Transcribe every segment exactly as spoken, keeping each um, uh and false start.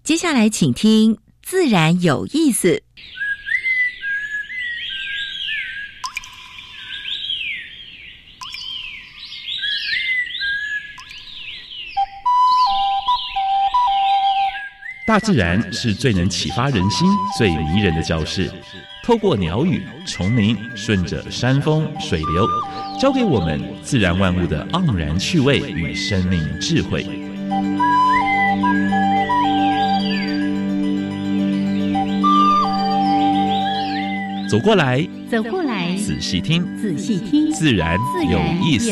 接下来请听自然有意思。 大自然是最能启发人心、最迷人的教室。透过鸟语、虫鸣，顺着山峰、水流，教给我们自然万物的盎然趣味与生命智慧。走过来， 走过来， 仔细听， 仔细听， 自然有意思。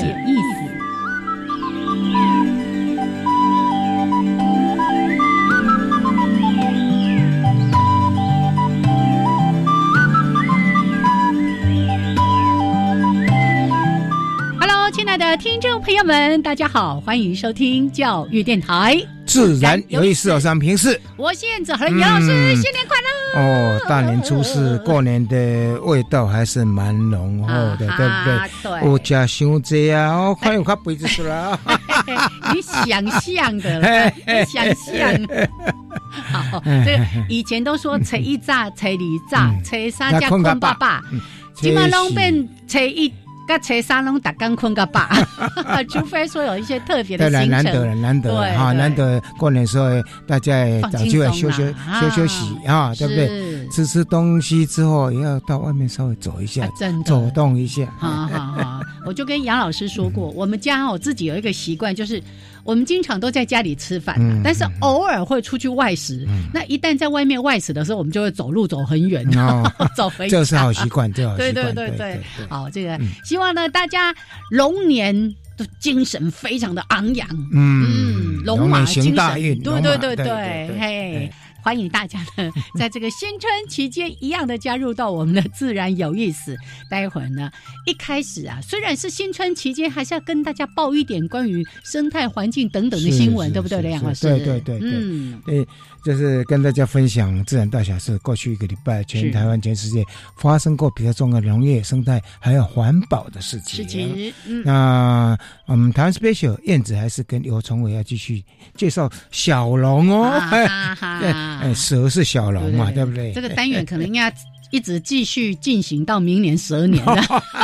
亲爱的听众朋友们，大家好，欢迎收听教育电台自然有意思。我是平视， 我是燕子和杨老师、嗯、新年快乐哦！大年初四过年的味道还是蛮浓厚的、啊、对不对？对，有加伤济啊，哦，快有较肥子出来啊！ 你想象的啦，你想象。好，这个以前都说初一早、初二早、初三才困爸爸，今晚拢变初一。跟初三拢打刚困个吧，除非说有一些特别的行程， 难得了，难得了哈，难得过年的时候大家也早就来休休休休息啊，对不对？吃吃东西之后也要到外面稍微走一下，啊、真的走动一下。 好好好，我就跟杨老师说过，我们家我自己有一个习惯，就是我们经常都在家里吃饭、啊嗯，但是偶尔会出去外食、嗯。那一旦在外面外食的时候，我们就会走路走很远，哦、走回家。 这是好习惯，这好习惯。 对对对 对, 对, 对，好，这个、嗯、希望呢，大家龙年都精神非常的昂扬，嗯，龙马精神，大运，对对对 对, 对, 对，嘿。欢迎大家呢，在这个新春期间一样的加入到我们的自然有意思。待会儿呢，一开始啊，虽然是新春期间，还是要跟大家报一点关于生态环境等等的新闻，对不对，梁老师？ 对对对对，嗯，对，就是跟大家分享自然大小事。过去一个礼拜，全台湾、全世界发生过比较重要的农业、生态还有环保的事情。事情，嗯，那嗯，台湾 Special 燕子还是跟尤崇伟要继续介绍小龙哦。啊哈哈哎，蛇是小龙嘛， 对, 对, 对, 对不对？ 这个单元可能应该一直继续进行到明年蛇年了。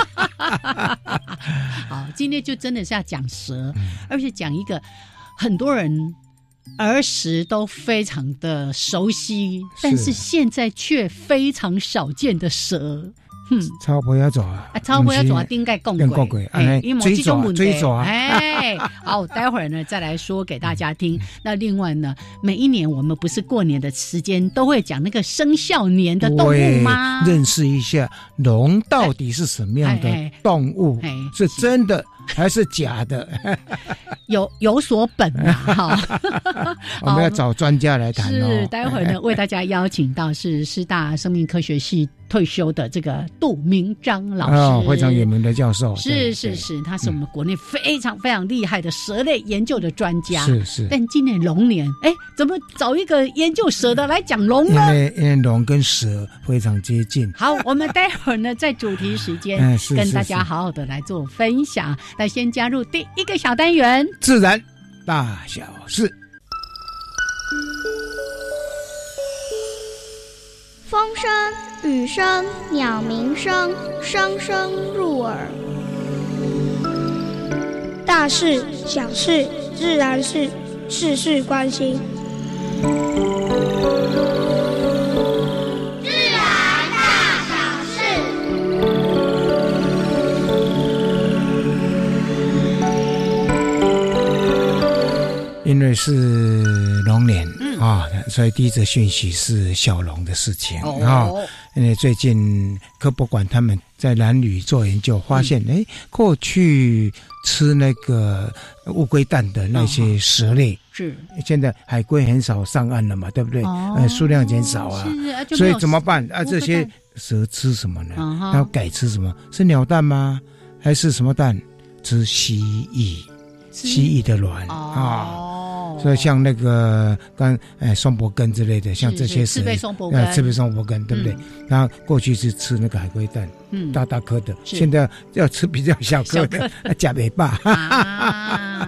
好，今天就真的是要讲蛇、嗯，而且讲一个很多人儿时都非常的熟悉，但是现在却非常少见的蛇。 嗯，超不要走啊！ 啊，超不要走啊！顶盖讲过， 哎，追爪，追爪， 哎，好，待会儿呢再来说给大家听。那另外呢，每一年我们不是过年的时间都会讲那个生肖年的动物吗？ 认识一下龙到底是什么样的动物，是真的还是假的？ 有有所本啊！哈， 我们要找专家来谈哦。 是，待会儿呢为大家邀请到是师大生命科学系退休的这个杜明章老师， 哦，非常有名的教授。 是是是，他是我们国内非常非常厉害的蛇类研究的专家。 是是。 但今年龙年，哎，怎么找一个研究蛇的来讲龙呢？ 因为因为龙跟蛇非常接近。 好，我们待会儿呢在主题时间、嗯、是是是跟大家好好的来做分享。那先加入第一个小单元， 自然大小事。 风声、雨声、鸟鸣声，声声入耳。大事、小事、自然事，事事关心。自然大小事。 因为是龙年。啊、哦，所以第一则讯息是小龙的事情啊、哦哦。因为最近科博馆他们在兰屿做研究，发现哎、嗯，过去吃那个乌龟蛋的那些蛇类，哦、是现在海龟很少上岸了嘛，对不对？哦、呃，数量减少啊，啊所以怎么办啊？这些蛇吃什么呢？它、哦、改吃什么？是鸟蛋吗？还是什么蛋？吃蜥蜴，蜥蜴的卵啊。哦所以像那个刚哎双脖根之类的，像这些蛇，赤背双脖根，赤背双脖根，对不对？然后过去是吃那个海龟蛋，嗯，大大颗的，现在要吃比较小颗的，假尾巴。啊，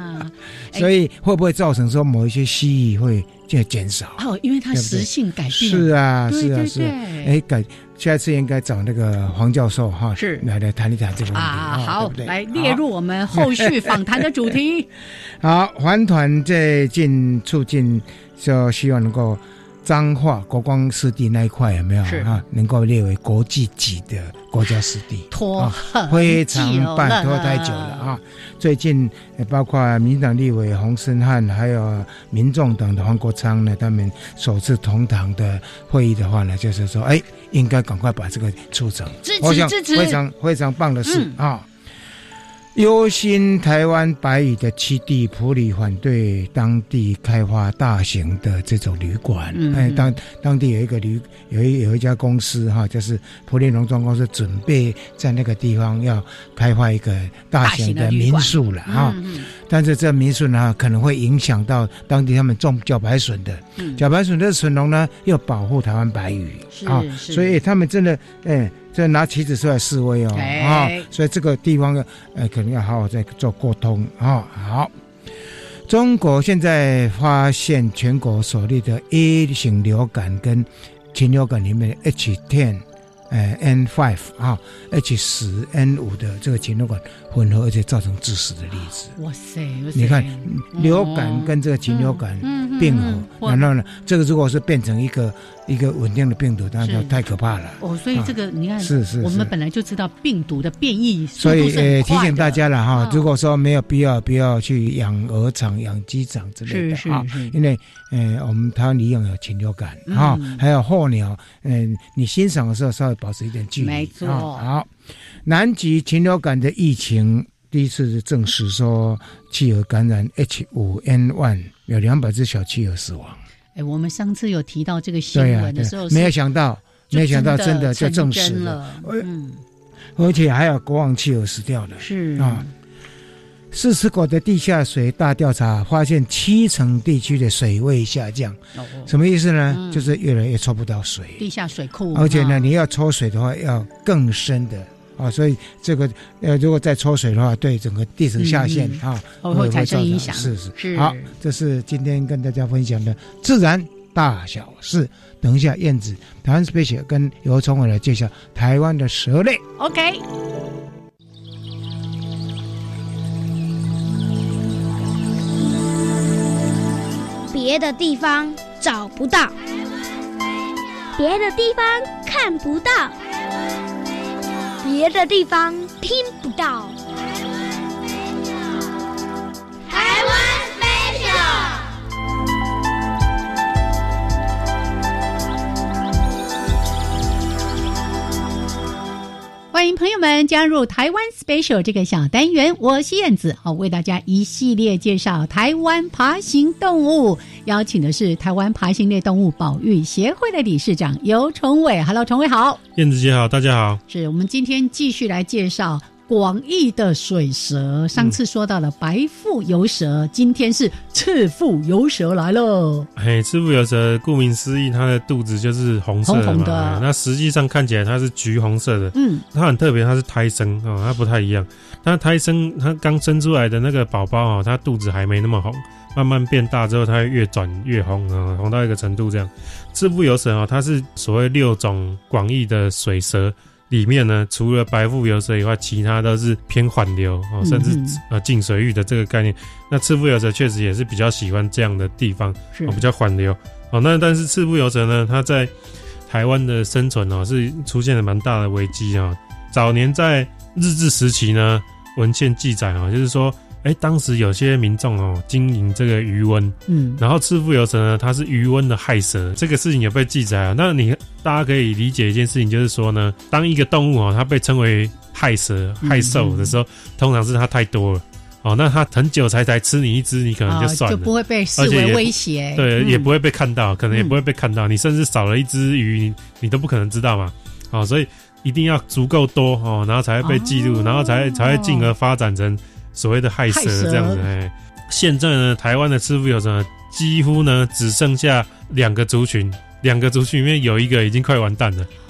所以会不会造成说某一些蜥蜴会就减少？ 哦，因为它食性改变。 是啊，是啊，是啊。哎，改下次应该找那个黄教授哈， 是来来谈一谈这个问题啊。好，来列入我们后续访谈的主题。 好，环团最近促进，就希望能够彰化国光湿地那一块有没有啊？能够列为国际级的国家湿地， 拖非常棒，拖太久了啊！最近包括民进党立委洪申翰，还有民众党的黄国昌呢，他们首次同堂的会议的话呢，就是说，哎，应该赶快把这个促成， 支持支持， 非常非常棒的事啊！嗯忧心台湾白屿的栖地，埔里反对当地开发大型的这种旅馆。嗯，哎，当当地有一个旅有一有一家公司哈，就是埔里农庄公司，准备在那个地方要开发一个大型的民宿了哈。嗯嗯，但是这民宿呢，可能会影响到当地他们种茭白笋的。嗯，茭白笋的笋农呢，要保护台湾白屿啊，所以他们真的哎。这拿旗子出来示威哦，啊、哦，所以这个地方呃，可能要好好再做沟通啊、哦。好，中国现在发现全国首例的 A 型流感跟禽流感里面的 H 十。呃 N 五 啊 H 十 N 五 的这个禽流感混合，而且造成致死的例子。 哇塞！ 你看流感跟这个禽流感并合，然后呢，这个如果是变成一个一个稳定的病毒，当然就太可怕了。 哦，所以这个、啊、你看， 是是， 我们本来就知道病毒的变异速度是很快的，所以呃提醒大家了哈， 哦、 如果说没有必要，不要去养鹅场、养鸡场之类的啊，因为呃我们台湾一样有禽流感啊、嗯，还有候鸟，嗯、呃，你欣赏的时候稍微保持一点距离。 没错、 啊。好，南极禽流感的疫情第一次证实说企鹅感染 H 五 N 一， 有两百只小企鹅死亡。 哎，我们上次有提到这个新闻的时候， 啊、没有想到，没有想到真的就证实了。嗯，而且还有国王企鹅死掉了。 是啊。四十国的地下水大调查发现，七成地区的水位下降。哦、什么意思呢、嗯？就是越来越抽不到水， 地下水库。 而且呢，哦、你要抽水的话，要更深的啊、哦，所以这个呃，如果再抽水的话，对整个地层下陷啊、 嗯哦、会产生影响。 是是是。 好，这是今天跟大家分享的自然大小事。等一下，燕子台湾 Special 跟尤崇伟来介绍台湾的蛇类。 OK。 别的地方找不到，别的地方看不到，别的地方听不到。台湾 Special。 欢迎朋友们加入台湾 Special 这个小单元，我是燕子，好为大家一系列介绍台湾爬行动物，邀请的是台湾爬行类动物保育协会的理事长尤崇伟。 Hello， 崇伟好。 燕子姐好，大家好。 是我们今天继续来介绍广义的水蛇，上次说到了白腹游蛇、嗯、今天是赤腹游蛇来了。 嘿，赤腹游蛇顾名思义，它的肚子就是红色的嘛，红红的，那实际上看起来它是橘红色的。嗯，它很特别，它是胎生哦，它不太一样。它胎生，它刚生出来的那个宝宝哦，它肚子还没那么红，慢慢变大之后，它会越转越红啊，红到一个程度这样。赤腹游蛇哦，它是所谓六种广义的水蛇里面呢，除了白腹游蛇以外，其他都是偏缓流哦，甚至呃进水域的这个概念。那赤腹游蛇确实也是比较喜欢这样的地方，哦，比较缓流哦。那但是赤腹游蛇呢，它在台湾的生存哦，是出现了蛮大的危机啊、哦。早年在日治时期呢，文献记载啊、哦，就是说，哎，当时有些民众哦经营这个渔温，嗯，然后赤腹游蛇呢，它是渔温的害蛇，这个事情也被记载啊。那你大家可以理解一件事情，就是说呢，当一个动物哦，它被称为害蛇、害兽的时候，嗯嗯，通常是它太多了。哦，那它很久才才吃你一只，你可能就算了， 哦、就不会被视为威胁， 对、嗯，也不会被看到，可能也不会被看到。嗯、你甚至少了一只鱼，你你都不可能知道嘛。哦，所以一定要足够多哦，然后才会被记录、哦，然后才才会进而发展成所谓的害蛇这样子。哎，现在呢，台湾的赤腹游蛇几乎呢只剩下两个族群，两个族群里面有一个已经快完蛋了。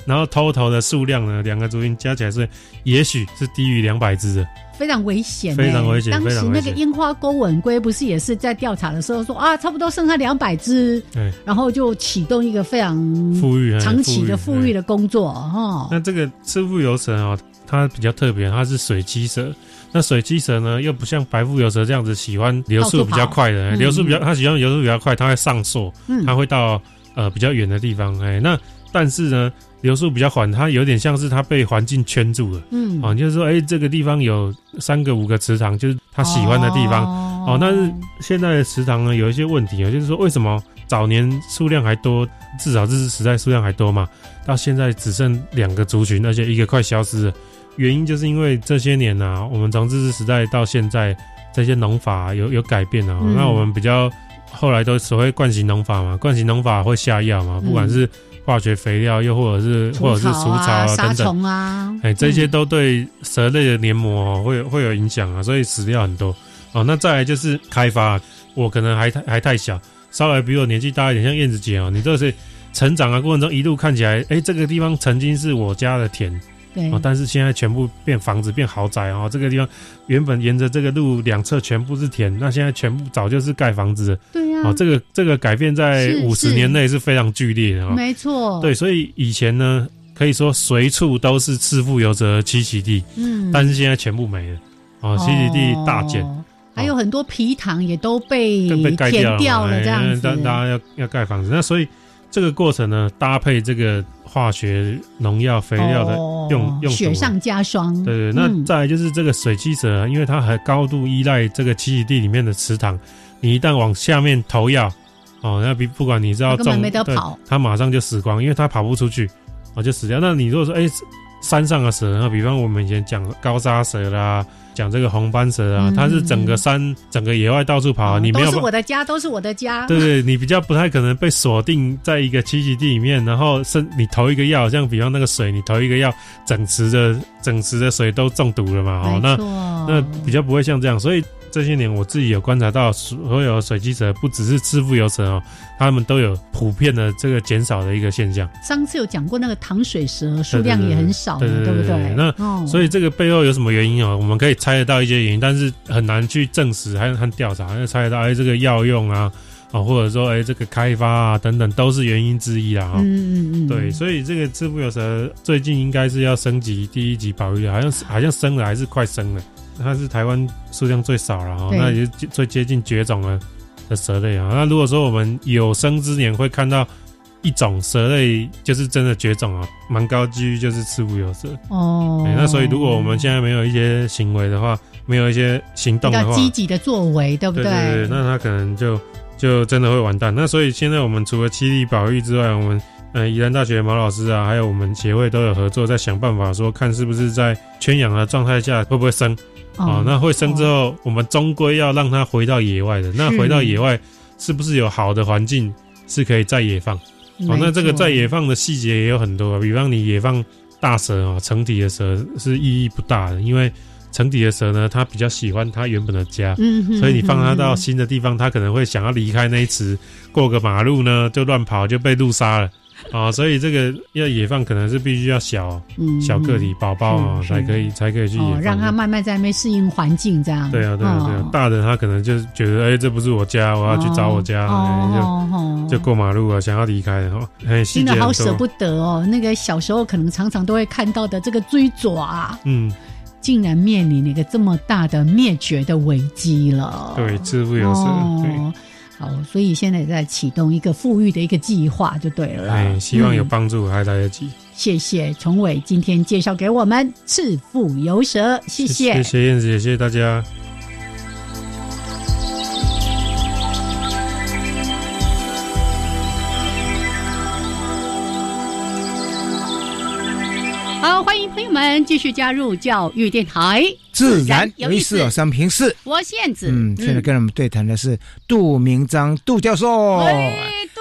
然后 total 的数量呢，两个族群加起来是也许是低于两百只的。 非常危险、欸， 非常危险。 当时那个樱花钩吻龟不是也是在调查的时候说啊，差不多剩下两百只，然后就启动一个非常富裕、 长期的富裕的工作哈。 那这个赤腹游蛇啊，它比较特别，它是水栖蛇。那水栖蛇呢，又不像白腹游蛇这样子喜欢流速比较快的，流速比较，它喜欢流速比较快，它会上溯，它、嗯、会到呃比较远的地方。哎，那但是呢，流速比较缓，它有点像是它被环境圈住了。嗯，啊，就是说，哎、欸，这个地方有三个、五个池塘，就是它喜欢的地方。哦，哦但是现在的池塘呢，有一些问题啊，就是说，为什么早年数量还多，至少日治时代数量还多嘛，到现在只剩两个族群，而且一个快消失了。原因就是因为这些年啊，我们从日治时代到现在，这些农法有有改变啊、嗯。那我们比较后来都所谓惯行农法嘛，惯行农法会下药嘛，不管是化学肥料，又或者是或者是除草啊等等，杀虫啊，哎，这些都对蛇类的黏膜、哦、会会有影响啊，所以死掉很多。哦，那再来就是开发，我可能还还太小，稍微比我年纪大一点，像燕子姐哦，你这是成长的过程中一路看起来，哎，这个地方曾经是我家的田。对、哦，但是现在全部变房子变豪宅哦，这个地方原本沿着这个路两侧全部是田，那现在全部早就是盖房子了。对呀、啊，哦，这个这个改变在五十年内是非常剧烈的、哦、没错。对，所以以前呢，可以说随处都是赤腹游蛇栖息地，嗯，但是现在全部没了，哦，栖息地大减。哦还有很多埤塘也都被填掉了，这样子， 大家要要盖房子，那所以这个过程呢，搭配这个化学农药、肥料的用、哦、用雪上加霜。 对对，那再来就是这个水栖蛇，因为它还高度依赖这个栖息地里面的池塘，你一旦往下面投药，哦，那比不管你是要种， 没得跑， 它马上就死光，因为它跑不出去，哦，就死掉。那你如果说，哎、欸，山上的蛇，那比方我们以前讲高沙蛇啦，讲这个红斑蛇啊、嗯，它是整个山、整个野外到处跑，哦、你没有都是我的家，都是我的家。 对对，你比较不太可能被锁定在一个栖息地里面，然后是你投一个药，像比方那个水，你投一个药，整池的整池的水都中毒了嘛，哦，那那比较不会像这样，所以。这些年我自己有观察到，所有水栖蛇不只是赤腹游蛇哦，它们都有普遍的这个减少的一个现象。 上次有讲过那个糖水蛇数量也很少，对对 对, 对, 对, 对, 对不对？那、哦、 所以这个背后有什么原因哦？我们可以猜得到一些原因，但是很难去证实还和调查，就猜得到哎，这个药用啊，啊或者说哎这个开发啊等等都是原因之一啦。哈、哦，嗯嗯嗯，对，所以这个赤腹游蛇最近应该是要升级第一级保育，好像好像升了还是快升了。它是台湾数量最少了哈，那也是最接近绝种了的蛇类啊。那如果说我们有生之年会看到一种蛇类就是真的绝种啊，蛮高几率就是赤腹游蛇哦、欸。那所以如果我们现在没有一些行为的话，没有一些行动的话， 比较积极的作为，对不对？ 对对对，那它可能就就真的会完蛋。那所以现在我们除了栖地保育之外，我们呃，宜兰大学毛老师啊，还有我们协会都有合作，在想办法说，看是不是在圈养的状态下会不会生。哦，那会生之后，哦、我们终归要让它回到野外的。那回到野外，是不是有好的环境是可以再野放？哦，那这个再野放的细节也有很多，比方你野放大蛇哦，成体的蛇是意义不大的，因为成体的蛇呢，它比较喜欢它原本的家，嗯、所以你放它到新的地方，它可能会想要离开那一池，过个马路呢就乱跑，就被路杀了。啊、哦，所以这个要野放可能是必须要小、嗯、小个体宝宝啊、哦、才可以才可以去野放、哦， 让它慢慢在那边适应环境这样。 对啊对啊对啊，哦、大的他可能就觉得哎、欸、这不是我家，我要去找我家，哦欸、就、哦、就过马路啊，想要离开哈，哎、欸， 真的好舍不得哦。那个小时候可能常常都会看到的这个追爪、啊，嗯，竟然面临一个这么大的灭绝的危机了。 对，赤腹游蛇，哦、对。 好，所以现在也在启动一个富裕的一个计划，就对了。 哎，希望有帮助，嗯、还来得及。 谢谢崇伟今天介绍给我们赤腹游蛇，谢谢， 谢谢燕子，也谢谢大家。 好，欢迎朋友们继续加入教育电台， 自然有意思哦，三平四， 我是燕子。 嗯，现在跟我们对谈的是杜明章杜教授。 喂，杜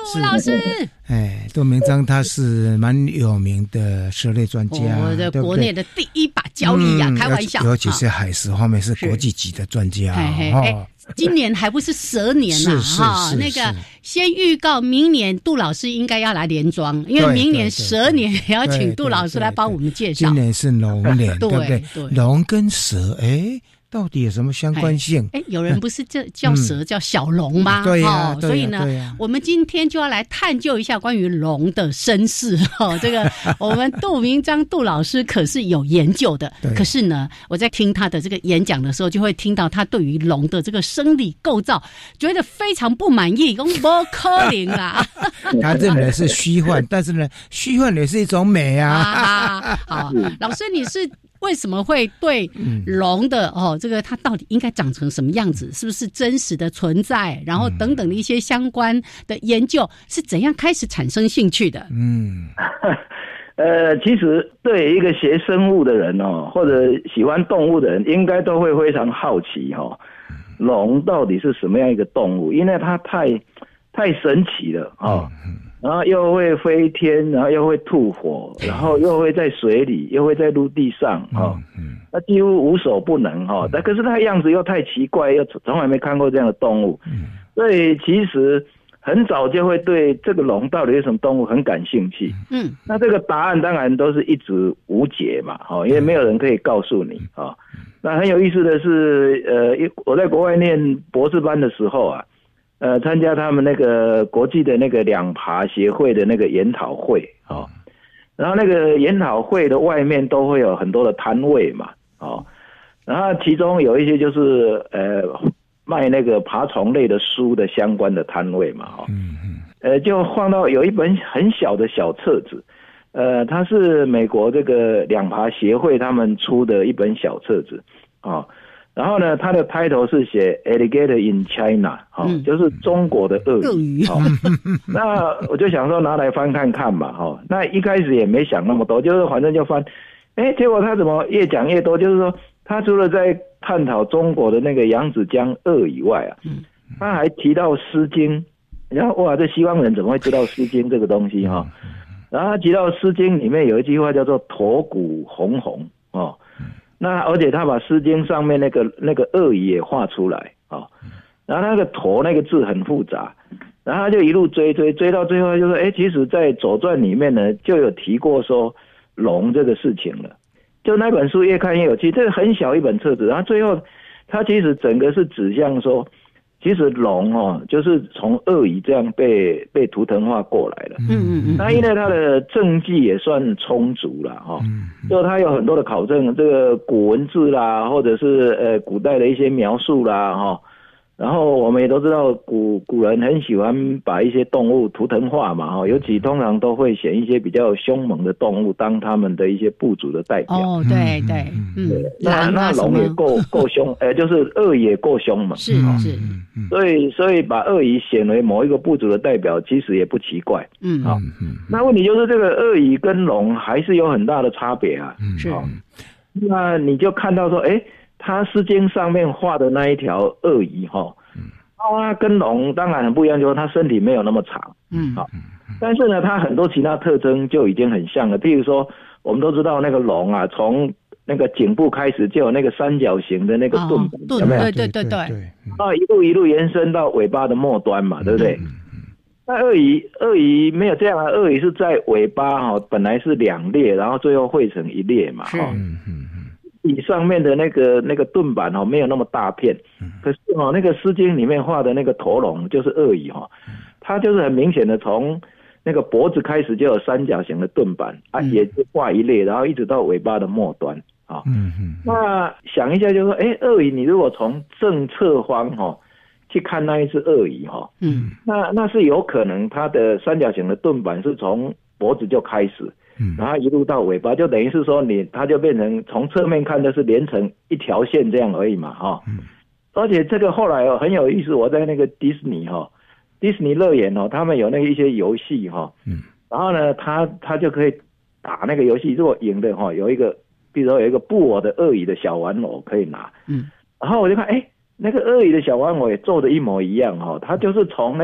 杜老师。 哎，杜明章他是蛮有名的蛇类专家， 我的国内的第一把交椅啊，嗯、开玩笑， 尤其是海蛇方面是国际级的专家。 嘿嘿哦今年还不是蛇年呐、啊，哈，那个先预告明年杜老师应该要来连庄，因为明年蛇年也要请杜老师来帮我们介绍。 今年是龙年，对不对？龙跟蛇，哎。到底有什么相关性？ 哎，有人不是叫叫蛇、嗯、叫小龙吗？ 对呀、啊哦， 所以呢、啊，我们今天就要来探究一下关于龙的身世。哦，这个我们杜明章杜老师可是有研究的。可是呢，我在听他的这个演讲的时候，就会听到他对于龙的这个生理构造觉得非常不满意，讲不可能啦。 他认为是虚幻，但是呢，虚幻也是一种美啊。 啊好，老师你是。为什么会对龙的、嗯、哦，这个它到底应该长成什么样子？是不是真实的存在？然后等等的一些相关的研究是怎样开始产生兴趣的？ 嗯，呃，其实对一个学生物的人哦，或者喜欢动物的人，应该都会非常好奇哦，龙到底是什么样一个动物？因为它太太神奇了哦。嗯然后又会飞天，然后又会吐火，然后又会在水里，又会在陆地上，哦，那几乎无所不能哈。但可是它样子又太奇怪，又从来没看过这样的动物，所以其实很早就会对这个龙到底是什么动物很感兴趣。嗯，那这个答案当然都是一直无解嘛，哈，因为没有人可以告诉你啊。那很有意思的是，呃，我在国外念博士班的时候啊。呃，参加他们那个国际的那个两爬协会的那个研讨会哦，然后那个研讨会的外面都会有很多的摊位嘛，哦，然后其中有一些就是呃卖那个爬虫类的书的相关的摊位嘛，哦，嗯嗯，呃，就放到有一本很小的小册子，呃，它是美国这个两爬协会他们出的一本小册子，哦。然后呢，它的 title 是写 Alligator in China， 哦嗯、就是中国的鳄鱼。鳄鱼哦、那我就想说拿来翻看看吧，哦。那一开始也没想那么多，就是反正就翻。哎，结果他怎么越讲越多？就是说，他除了在探讨中国的那个扬子江鳄以外啊，嗯、他还提到《诗经》。然后哇，这西方人怎么会知道《诗经》这个东西哈、哦？然后他提到《诗经》里面有一句话叫做“驼骨红红”哦。那而且他把《诗经》上面那个那个鳄鱼也画出来啊、哦，然后那个“驼”那个字很复杂，然后他就一路追追追到最后就说，哎，其实在《左传》里面呢就有提过说龙这个事情了，就那本书越看越有趣，这个很小一本册子，然后最后他其实整个是指向说，其实龙哦就是从鳄鱼这样被被图腾化过来的，嗯嗯嗯，那因为他的证据也算充足了哈、哦，就他有很多的考证，这个古文字啦，或者是呃古代的一些描述啦哈、哦，然后我们也都知道古古人很喜欢把一些动物图腾化嘛哈，尤其通常都会选一些比较凶猛的动物当他们的一些部族的代表。 哦，对对，嗯， 对那那龙也够够凶，呃，就是鳄也够凶猛， 是是， 所以所以把鳄鱼选为某一个部族的代表，其实也不奇怪。嗯，好，那问题就是这个鳄鱼跟龙还是有很大的差别啊。嗯，是。那你就看到说，哎。他《诗经》上面画的那一条鳄鱼哈，它跟龙当然很不一样，就是它身体没有那么长，嗯，好，但是呢，它很多其他特征就已经很像了。譬如说，我们都知道那个龙啊，从那个颈部开始就有那个三角形的那个盾板， 哦、 有没有？ 对对对对。 啊，一路一路延伸到尾巴的末端嘛，对不对？嗯、那鳄鱼，鳄鱼没有这样啊，鳄鱼是在尾巴哈、哦，本来是两列，然后最后汇成一列嘛，哈。嗯嗯。你上面的那个那个盾板哦，没有那么大片，可是哦，那个《诗经》里面画的那个驼龙就是鳄鱼哈，它就是很明显的从那个脖子开始就有三角形的盾板啊，也是画一列，然后一直到尾巴的末端啊。嗯嗯。那想一下就是说，哎，鳄鱼你如果从正侧方哈去看那一只鳄鱼哈，嗯，那那是有可能它的三角形的盾板是从脖子就开始。嗯，然后一路到尾巴，就等于是说你，它就变成从侧面看的是连成一条线这样而已嘛，哈、哦。嗯。而且这个后来哦很有意思，我在那个迪士尼哈，迪士尼乐园哦，他们有那个一些游戏哈，嗯。然后呢，他他就可以打那个游戏，如果赢的哈，有一个，比如说有一个布偶的鳄鱼的小玩偶可以拿，嗯。然后我就看，哎，那个鳄鱼的小玩偶也做的一模一样哈，它就是从那个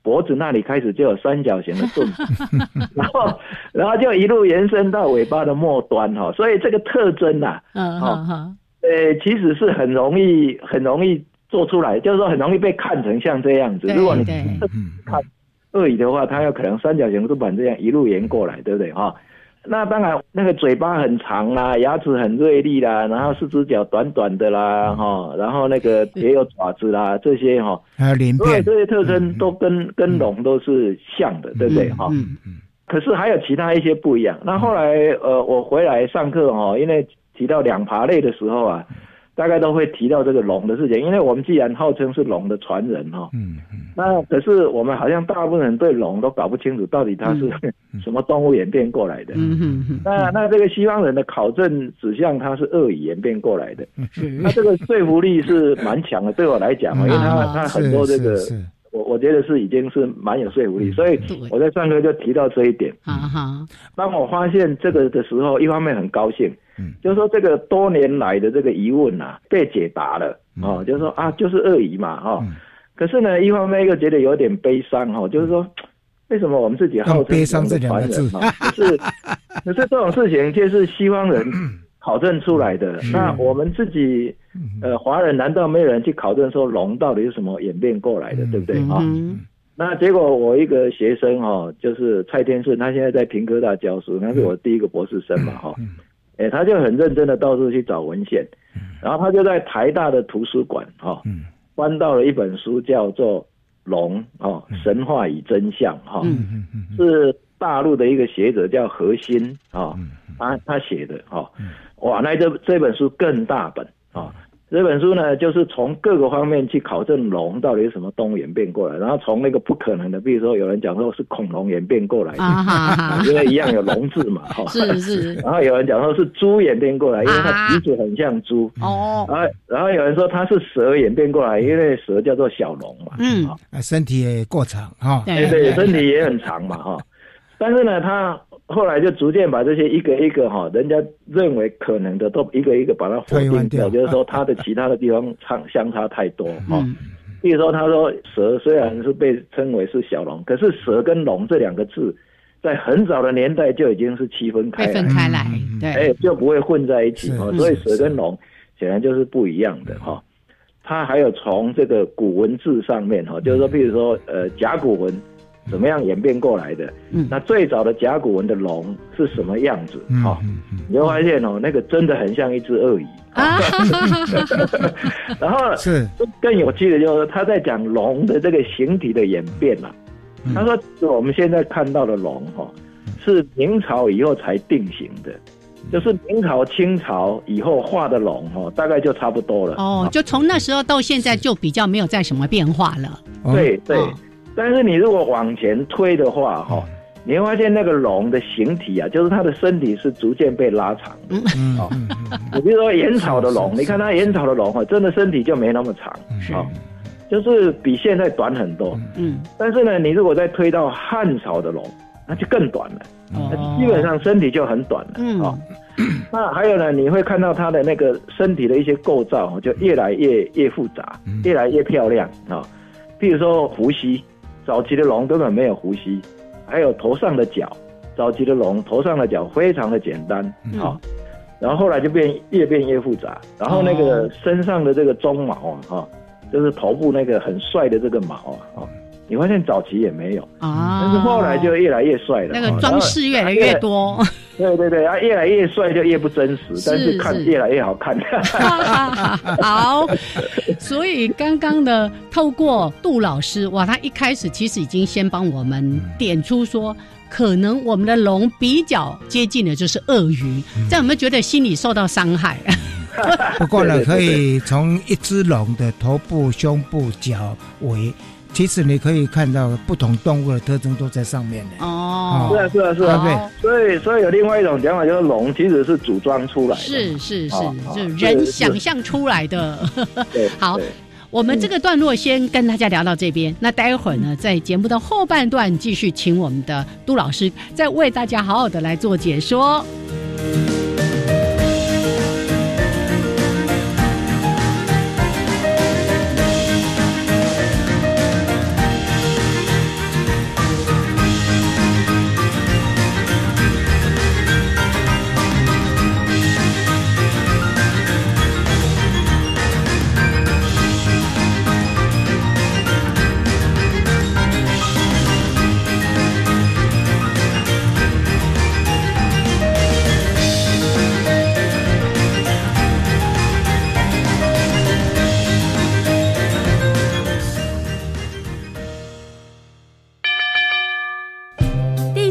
脖子那里开始就有三角形的盾，然后然后就一路延伸到尾巴的末端哈，所以这个特征呐、啊，嗯好好，呃，其实是很容易很容易做出来，就是说很容易被看成像这样子。如果你看鳄鱼的话，它有可能三角形盾板这样一路延过来，对不对哈？那当然，那个嘴巴很长啦，牙齿很锐利啦，然后四只脚短短的啦，哈，然后那个也有爪子啦，这些哈， 还有鳞片， 所以这些特征都跟、嗯、跟龙都是像的，对不对哈？嗯嗯。可是还有其他一些不一样。那后来呃，我回来上课哈，因为提到两爬类的时候啊。大概都会提到这个龙的事情，因为我们既然号称是龙的传人哈，嗯嗯，那可是我们好像大部分人对龙都搞不清楚到底它是、嗯、什么动物演变过来的，嗯嗯嗯，那那这个西方人的考证指向它是鳄鱼演变过来的，那这个说服力是蛮强的，对我来讲，因为它它很多这个。我我觉得是已经是蛮有说服力，所以我在上课就提到这一点。嗯、当我发现这个的时候，一方面很高兴，嗯、就是说这个多年来的这个疑问啊被解答了，嗯、哦，就是说啊就是鳄鱼嘛，哈、哦嗯。可是呢，一方面又觉得有点悲伤哈、哦，就是说为什么我们自己号称悲伤这两个字， 可是可是这种事情就是西方人考证出来的，那我们自己。呃，华人难道没有人去考证说龙到底是什么演变过来的，嗯、对不对啊、嗯哦？那结果我一个学生哈、哦，就是蔡天顺，他现在在屏科大教书，他是我第一个博士生嘛哈。哎、嗯欸，他就很认真的到处去找文献，然后他就在台大的图书馆哈，哦嗯、翻到了一本书叫做《龙哦神话与真相》哈、哦，嗯、是大陆的一个学者叫何欣啊、哦，他他写的哈、哦，哇，那这这本书更大本啊。哦这本书呢，就是从各个方面去考证龙到底是什么动物演变过来，然后从那个不可能的，比如说有人讲说是恐龙演变过来的，啊、因为一样有龙字嘛，哈，是是。然后有人讲说是猪演变过来，因为它鼻子很像猪，哦、啊。然后然后有人说它是蛇演变过来，因为蛇叫做小龙嘛，嗯， 啊，身体也过长哈， 对对，身体也很长嘛，哈。但是呢，它后来就逐渐把这些一个一个哈，人家认为可能的都一个一个把它否定掉，就是说它的其他的地方差相差太多哈。嗯、比如说他说蛇虽然是被称为是小龙，可是蛇跟龙这两个字，在很早的年代就已经是区分开来， 分开来，对， 哎，就不会混在一起哈。所以蛇跟龙显然就是不一样的哈。它还有从这个古文字上面哈，就是说，比如说呃甲骨文。怎么样演变过来的？嗯，那最早的甲骨文的龙是什么样子？嗯哦、你会发现哦，那个真的很像一只鳄鱼。啊、然后是更有趣的就是他在讲龙的这个形体的演变啦、啊。他说我们现在看到的龙哈、哦，是明朝以后才定型的，就是明朝、清朝以后画的龙哦，大概就差不多了。 哦，就从那时候到现在就比较没有再什么变化了。 对对。哦，但是你如果往前推的话，哈，你会发现那个龙的形体啊，就是它的身体是逐渐被拉长的。嗯，哦，你比如说元朝的龙，你看它元朝的龙哈，真的身体就没那么长，啊，就是比现在短很多。嗯，但是呢，你如果再推到汉朝的龙，那就更短了，那基本上身体就很短了。嗯，哦，那还有呢，你会看到它的那个身体的一些构造就越来越越复杂，越来越漂亮啊。比如说胡须。早期的龙根本没有胡须，还有头上的角，早期的龙头上的角非常的简单，嗯哦，然后后来就变越变越复杂，然后那个身上的这个鬃毛啊，哦，就是头部那个很帅的这个毛啊，哦，你发现早期也没有啊，但是后来就越来越帅了， 那个装饰越来越多。 对对对，啊，越来越帅就越不真实，是但是看越来越好看。 好，所以刚刚呢，透过杜老师，哇，他一开始其实已经先帮我们点出说，可能我们的龙比较接近的就是鳄鱼，嗯、这样有没有觉得心里受到伤害？ 不过呢，可以从一只龙的头部、胸部、脚、尾。其实你可以看到不同动物的特征都在上面的哦，是啊是啊是啊，对，所以所以有另外一种讲法，就是龙其实是组装出来的， 是是是，哦，就人想象出来的。好，我们这个段落先跟大家聊到这边，那待会儿呢，在节目的后半段继续请我们的杜老师再为大家好好的来做解说。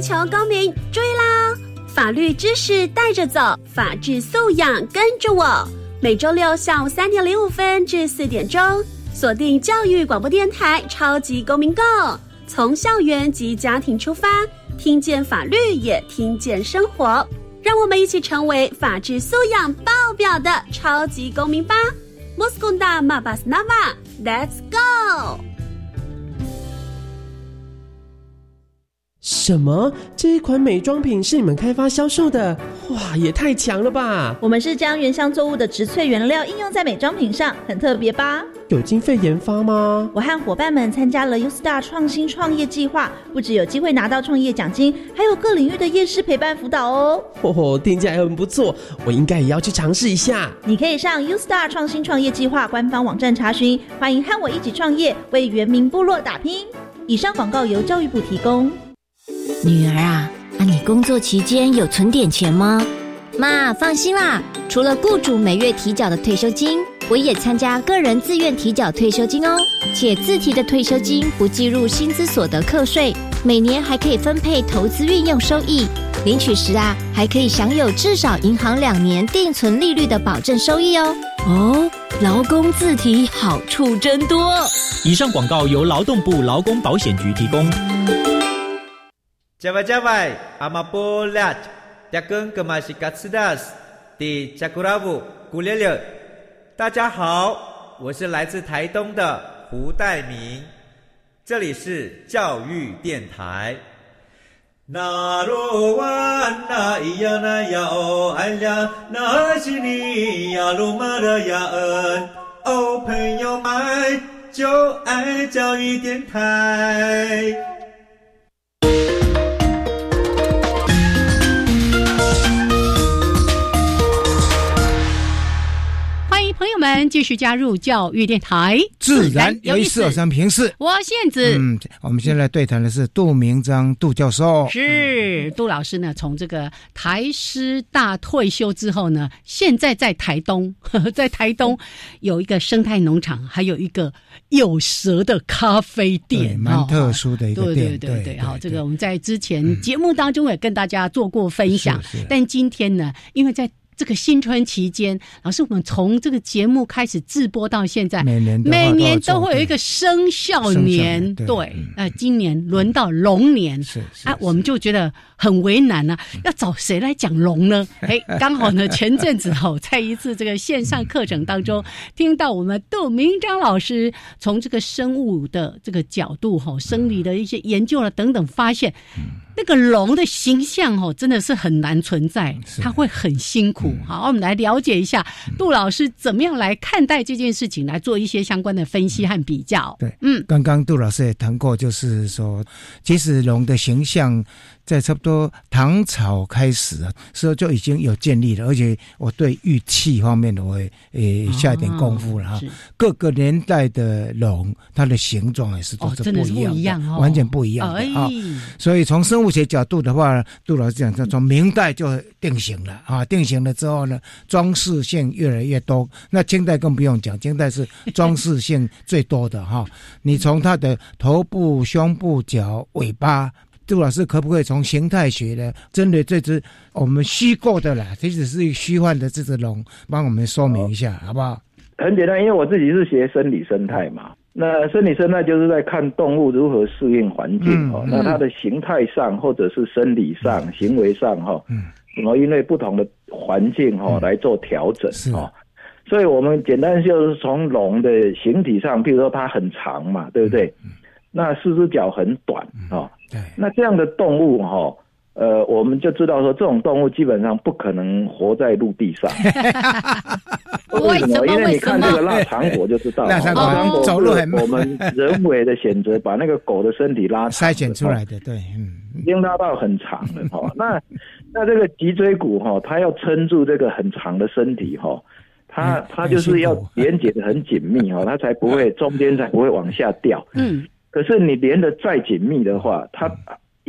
球公民注意啦！法律知识带着走，法治素养跟着我。每周六下午三点零五分至四点钟，锁定教育广播电台超级公民购，从校园及家庭出发，听见法律也听见生活，让我们一起成为法治素养爆表的超级公民吧 ！Muskunda Mabas Nava，Let's go！ 什么？这一款美妆品是你们开发销售的？哇，也太强了吧！ 我们是将原乡作物的植萃原料应用在美妆品上，很特别吧？ 有经费研发吗？ 我和伙伴们参加了 U-Star 创新创业计划，不只有机会拿到创业奖金，还有各领域的业师陪伴辅导哦。 哦，听起来很不错，我应该也要去尝试一下。 你可以上 U-Star 创新创业计划官方网站查询，欢迎和我一起创业，为原民部落打拼。以上广告由教育部提供。 女儿啊，啊你工作期间有存点钱吗？ 妈，放心啦，除了雇主每月提缴的退休金，我也参加个人自愿提缴退休金哦，且自提的退休金不计入薪资所得课税，每年还可以分配投资运用收益，领取时啊还可以享有至少银行两年定存利率的保证收益哦。 哦，劳工自提好处真多。 以上广告由劳动部劳工保险局提供。 Jawai-jawai, amapolat, dakeng kemasigatsidas, di Jakuravu, Gulele。大家好，我是来自台东的胡代明，这里是教育电台。那罗哇那咿呀那呀哦哎呀，那是你呀鲁玛的呀恩哦，朋友们就爱教育电台。 朋友们继续加入教育电台， 自然有意思，我是平视， 我宪子。 嗯，我们现在对谈的是杜明章杜教授。 是杜老师呢，从这个台师大退休之后呢，现在在台东，呵呵在台东有一个生态农场，还有一个有蛇的咖啡店， 蛮特殊的一个店。 对对对对，好，这个我们在之前节目当中也跟大家做过分享， 是是但今天呢，因为在这个新春期间，老师，我们从这个节目开始直播到现在， 每年每年都会有一个生肖年，对，对嗯、呃，今年轮到龙年， 是是啊，我们就觉得很为难啊，要找谁来讲龙呢？哎，刚好呢，前阵子哦，在一次这个线上课程当中，听到我们杜明章老师从这个生物的这个角度哈、哦，生理的一些研究了等等，发现。那个龙的形象哦，真的是很难存在，它会很辛苦。嗯、好，我们来了解一下杜老师怎么样来看待这件事情，来做一些相关的分析和比较。 对，嗯，刚刚杜老师也谈过，就是说，其实龙的形象在差不多唐朝开始时候就已经有建立了，而且我对玉器方面我会诶下一点功夫了哈。哦、各个年代的龙，它的形状也是都是不一样的，哦、真的是不一样哦、完全不一样的啊、哎哦。所以从生物学角度的话，杜老师讲，从明代就定型了啊，定型了之后呢，装饰性越来越多。那清代更不用讲，清代是装饰性最多的哈。你从它的头部、胸部、脚、尾巴。杜老师可不可以从形态学呢，针对这只我们虚构的啦，这只是虚幻的这只龙，帮我们说明一下，好不好？ 很简单，因为我自己是学生理生态嘛，那生理生态就是在看动物如何适应环境、嗯哦、那它的形态上或者是生理上、嗯、行为上哈，嗯，然后因为不同的环境哈、哦嗯、来做调整哦，所以我们简单就是从龙的形体上，譬如说它很长嘛，对不对？嗯、那四只脚很短哦。对，那这样的动物哈、哦，呃，我们就知道说，这种动物基本上不可能活在陆地上。为什么？因为你看这个腊肠狗就知道，腊肠狗走路很慢，我们人为的选择把那个狗的身体拉长， 筛选出来的，对，嗯， 已经拉到很长了哈、哦。那那这个脊椎骨哈、哦，它要撑住这个很长的身体哈、哦，它它就是要连接的很紧密哈、哦，它才不会中间才不会往下掉。嗯。可是你连得再紧密的话，它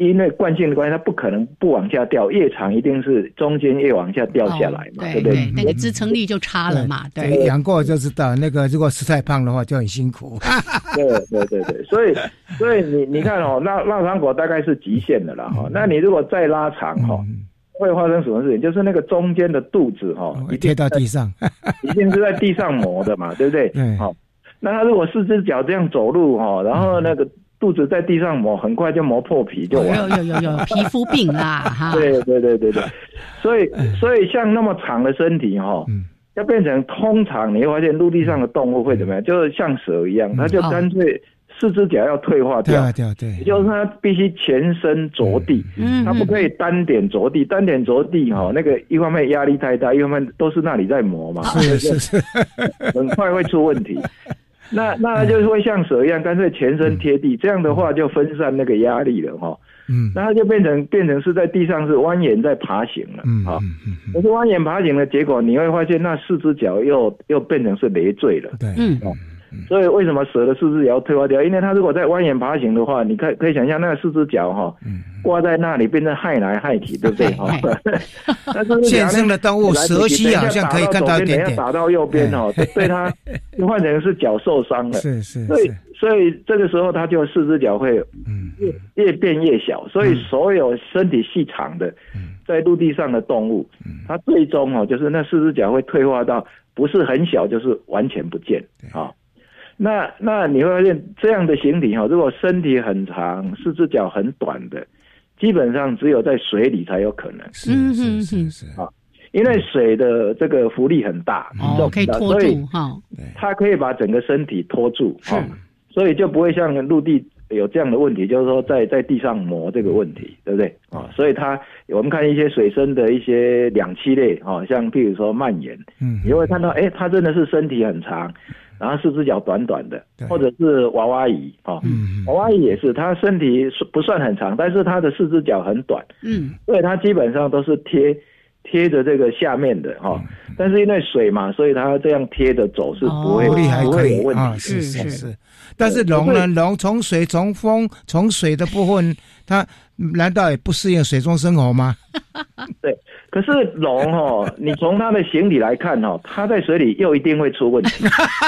因为惯性的关系，它不可能不往下掉，越长一定是中间越往下掉下来嘛， 哦、 对不对？ 那个支撑力就差了嘛，对。对养过就知道，那个如果吃太胖的话就很辛苦。 对对对对，所以所以你你看哦，那腊肠狗大概是极限的了哈、嗯，那你如果再拉长哈、哦。嗯会发生什么事情？就是那个中间的肚子哈、哦， 一贴到地上， 一定是在地上磨的嘛，对不对？ 对。 好、哦，那他如果四只脚这样走路哈、哦，然后那个肚子在地上磨，很快就磨破皮就完了。 有有有有皮肤病啦哈。 对对对对对，所以所以像那么长的身体哈、哦，嗯，要变成通常你会发现陆地上的动物会怎么样？就是像蛇一样，它就干脆。四只脚要退化掉， 对对对， 也就是它必须全身着地，嗯，它不可以单点着地，单点着地哈、哦，那个一方面压力太大，一方面都是那里在磨嘛， 是是是， 很快会出问题。那那就是会像蛇一样，干脆全身贴地，这样的话就分散那个压力了哈、哦。嗯，那它就变成变成是在地上是蜿蜒在爬行了，嗯啊，可是蜿蜒爬行的结果，你会发现那四只脚又又变成是累赘了， 对， 嗯。哦所以为什么蛇的四只脚退化掉？因为它如果在蜿蜒爬行的话，你可以可以想象那个四只脚哈，挂在那里变成害来害去，对不对？哈， 现生的动物蛇蜥好像可以看到一点点， 打到右边哈，对它就换成是脚受伤了。 是是， 所以所以这个时候它就四只脚会越越变越小，所以所有身体细长的在陆地上的动物，它最终哦就是那四只脚会退化到不是很小，就是完全不见啊。那那你会发现这样的形体哈，如果身体很长，四只脚很短的，基本上只有在水里才有可能。 是是是是啊，因为水的这个浮力很大， 哦，可以拖住哈， 它可以把整个身体拖住，是，所以就不会像陆地有这样的问题，就是说在在地上磨这个问题，对不对啊？所以它我们看一些水生的一些两栖类啊，像譬如说鳗鲢，嗯，你会看到，哎，它真的是身体很长。然后四只脚短短的，或者是娃娃鱼啊，嗯、娃娃鱼也是，它身体不算很长，但是它的四只脚很短，嗯，所以它基本上都是贴贴着这个下面的哈、嗯，但是因为水嘛，所力这样贴着走是不会、 哦、 不会有问题， 哦、是是是。但是龙呢，龙从水从风从水的部分，它难道也不适应水中生活吗？ 对，可是龙哦，你从它的形体来看哦，它在水里又一定会出问题。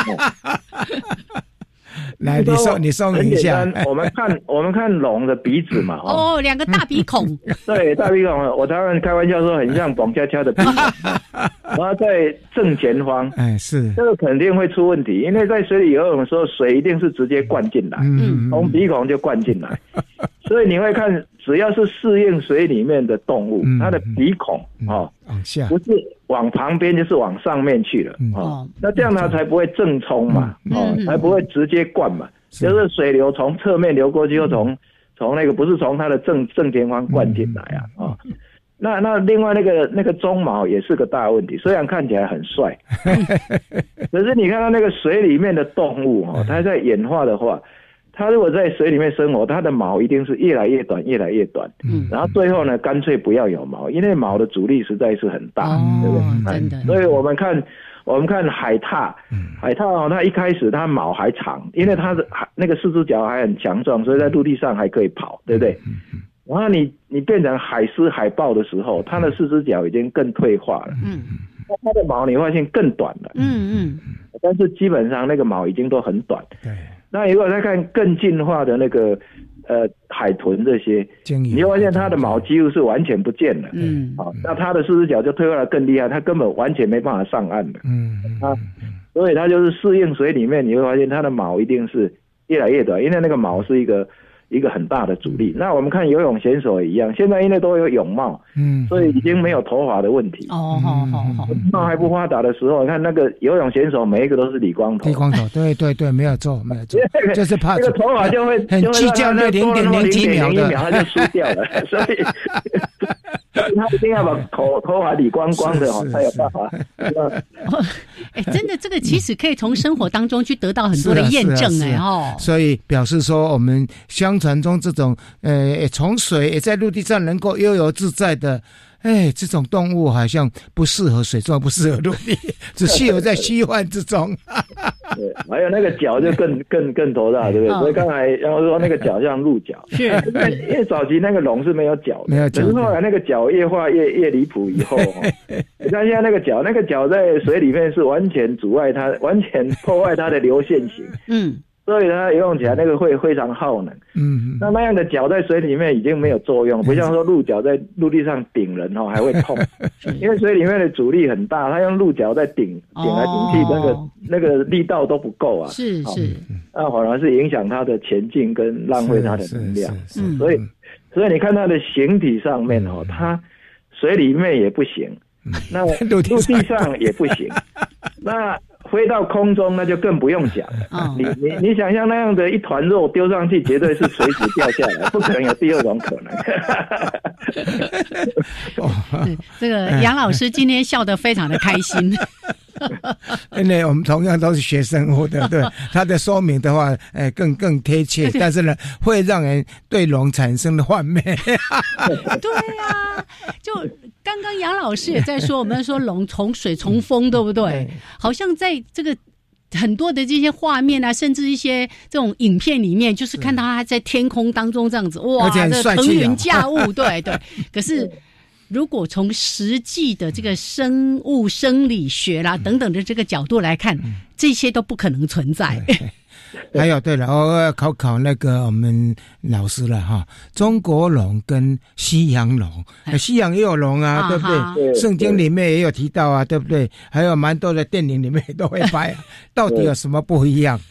来，你说你说明一下。 我们看我们看龙的鼻子嘛， 哦，两个大鼻孔。 对，大鼻孔，我常常开玩笑说很像蹦恰恰的鼻孔，然后在正前方， 哎，是这个肯定会出问题，因为在水里游泳的时候，水一定是直接灌进来，嗯，从鼻孔就灌进来，所以你会看，只要是适应水里面的动物，嗯、它的鼻孔哦， 往下不是往旁边，就是往上面去了，嗯、哦，那这样它才不会正冲嘛，嗯、哦，才不会直接灌嘛，是就是水流从侧面流过去，又从从那个不是从它的正正前方灌进来啊，啊、哦。那那另外那个那个鬃毛也是个大问题，虽然看起来很帅，可是你看到那个水里面的动物哦，它在演化的话，它如果在水里面生活，它的毛一定是越来越短，越来越短，嗯，然后最后呢，干脆不要有毛，因为毛的阻力实在是很大，哦、对不对？真的。所以我们看我们看海獭，海獭哦，它一开始它毛还长，因为它的那个四只脚还很强壮，所以在陆地上还可以跑，对不对？然后你你变成海狮、海豹的时候，它的四只脚已经更退化了，嗯，那它的毛你发现更短了，嗯嗯，但是基本上那个毛已经都很短，对。那如果再看更进化的那个呃海豚这些，你会发现它的毛几乎是完全不见了，嗯，好，那它的四只脚就退化得更厉害，它根本完全没办法上岸了，嗯，啊，所以它就是适应水里面，你会发现它的毛一定是越来越短，因为那个毛是一个。一个很大的阻力。那我们看游泳选手也一样，现在因为都有泳帽，嗯，所以已经没有头发的问题。哦，好好好。帽还不发达的时候，你看那个游泳选手每一个都是理光头。 理光头，对对对，没有错，没有错，就是怕这个头发就会很计较那零点零几秒的， 他就输掉了，所以。他一定要把头头发理光光的哦，才有办法。 哎，真的，这个其实可以从生活当中去得到很多的验证哎哦。 所以表示说，我们相传中这种呃，从水也在陆地上能够悠游自在的，哎，这种动物好像不适合水中，不适合陆地，只适合在虚幻之中。 对，还有那个脚就更更更头大，对不对？所以刚才然后说那个脚像鹿角， 是， 因为早期那个龙是没有脚的， 没有脚， 可是后来那个脚越画越越离谱以后，你看现在那个脚，那个脚在水里面是完全阻碍它，完全破坏它的流线型， 嗯。 所以它游泳起来那个会非常耗能，嗯，那那样的脚在水里面已经没有作用，不像说鹿角在陆地上顶人哦还会痛，因为水里面的阻力很大，它用鹿角在顶顶来顶去，那个那个力道都不够啊， 是是， 那反而是影响它的前进跟浪费它的能量，所以所以你看它的形体上面哦，它水里面也不行，那陆地上也不行，那。飞到空中那就更不用讲了。哦、你你你想象那样的一团肉丢上去，绝对是垂直掉下来，不可能有第二种可能。 对，这个杨老师今天笑得非常的开心。 因为我们同样都是学生物的，对他的说明的话，哎，更更贴切，但是呢，会让人对龙产生的幻灭。对呀、啊，就刚刚杨老师也在说，我们说龙从水从风，对不对？好像在这个很多的这些画面啊，甚至一些这种影片里面，就是看到他在天空当中这样子，哇，这腾云驾雾，对对。可是如果从实际的这个生物生理学啦等等的这个角度来看，这些都不可能存在。 还有对了，我要考考那个我们老师了哈，中国龙跟西洋龙，西洋也有龙啊，对不对？圣经里面也有提到啊，对不对？还有蛮多的电影里面都会拍，到底有什么不一样？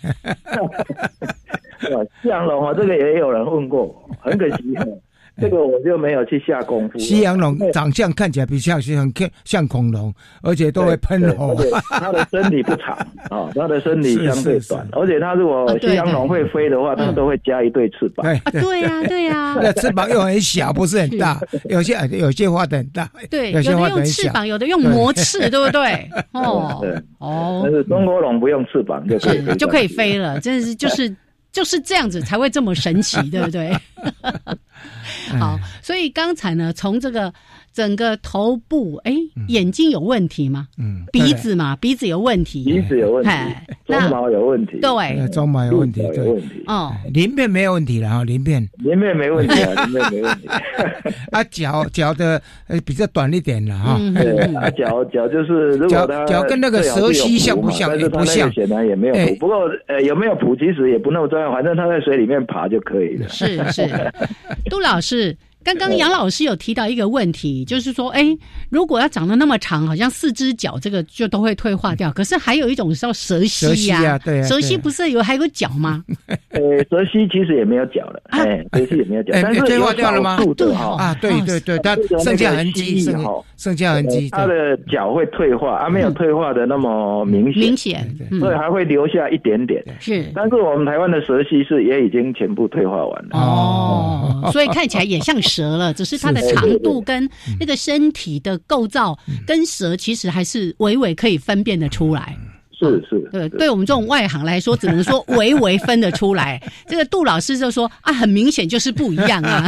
西洋龙啊，这个也有人问过，很可惜。这个我就没有去下功夫。 西洋龙长相看起来比较像像恐龙，而且都会喷火。 它的身体不长啊，它的身体相对短，而且它如果西洋龙会飞的话，它都会加一对翅膀。 对对呀，对呀。 那翅膀又很小，不是很大，有些有些画的很大， 对，有的用翅膀，有的用魔翅，对不对？哦， 对哦。但是中国龙不用翅膀就可以就可以飞了，真的是就是就是这样子才会这么神奇，对不对？好，所以刚才呢，从这个整个头部，哎，眼睛有问题吗？嗯，鼻子嘛，鼻子有问题， 鼻子有问题，鬃毛有问题， 对， 鬃毛有问题， 有问题， 哦， 鳞片没有问题了哈，鳞片， 鳞片没问题啊，鳞片没问题。 啊，脚脚的呃比较短一点了哈， 对，啊，脚脚就是如果它脚跟那个蛇蜥像不像？也不像， 显然也没有蹼，不过呃有没有蹼其实也不那么重要，反正它在水里面爬就可以了。 是是，杜老师。刚刚杨老师有提到一个问题，就是说，哎，如果要长得那么长，好像四只脚这个就都会退化掉。可是还有一种叫蛇蜥呀、啊， 对啊， 蛇蜥不是有还有个脚吗？ 呃，蛇蜥其实也没有脚了，哎、啊，蛇蜥也没有脚，但是退化掉了吗？ 对哈， 啊，对对对，它剩下痕迹，剩剩下痕迹， 它的脚会退化，啊，没有退化的那么明显， 明显， 所以还会留下一点点。 是， 但是我们台湾的蛇蜥是也已经全部退化完了。 哦，所以看起来也像蛇了，只是它的长度跟那个身体的构造跟蛇其实还是微微可以分辨得出来。 是是， 对，对我们这种外行来说，只能说微微分得出来。这个杜老师就说啊，很明显就是不一样啊。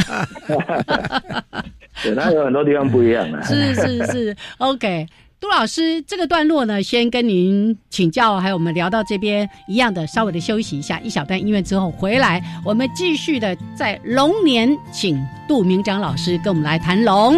对，它有很多地方不一样啊。 是是是 ，OK。杜老师，这个段落呢，先跟您请教，还有我们聊到这边一样的，稍微的休息一下，一小段音乐之后回来，我们继续的在龙年，请杜明章老师跟我们来谈龙。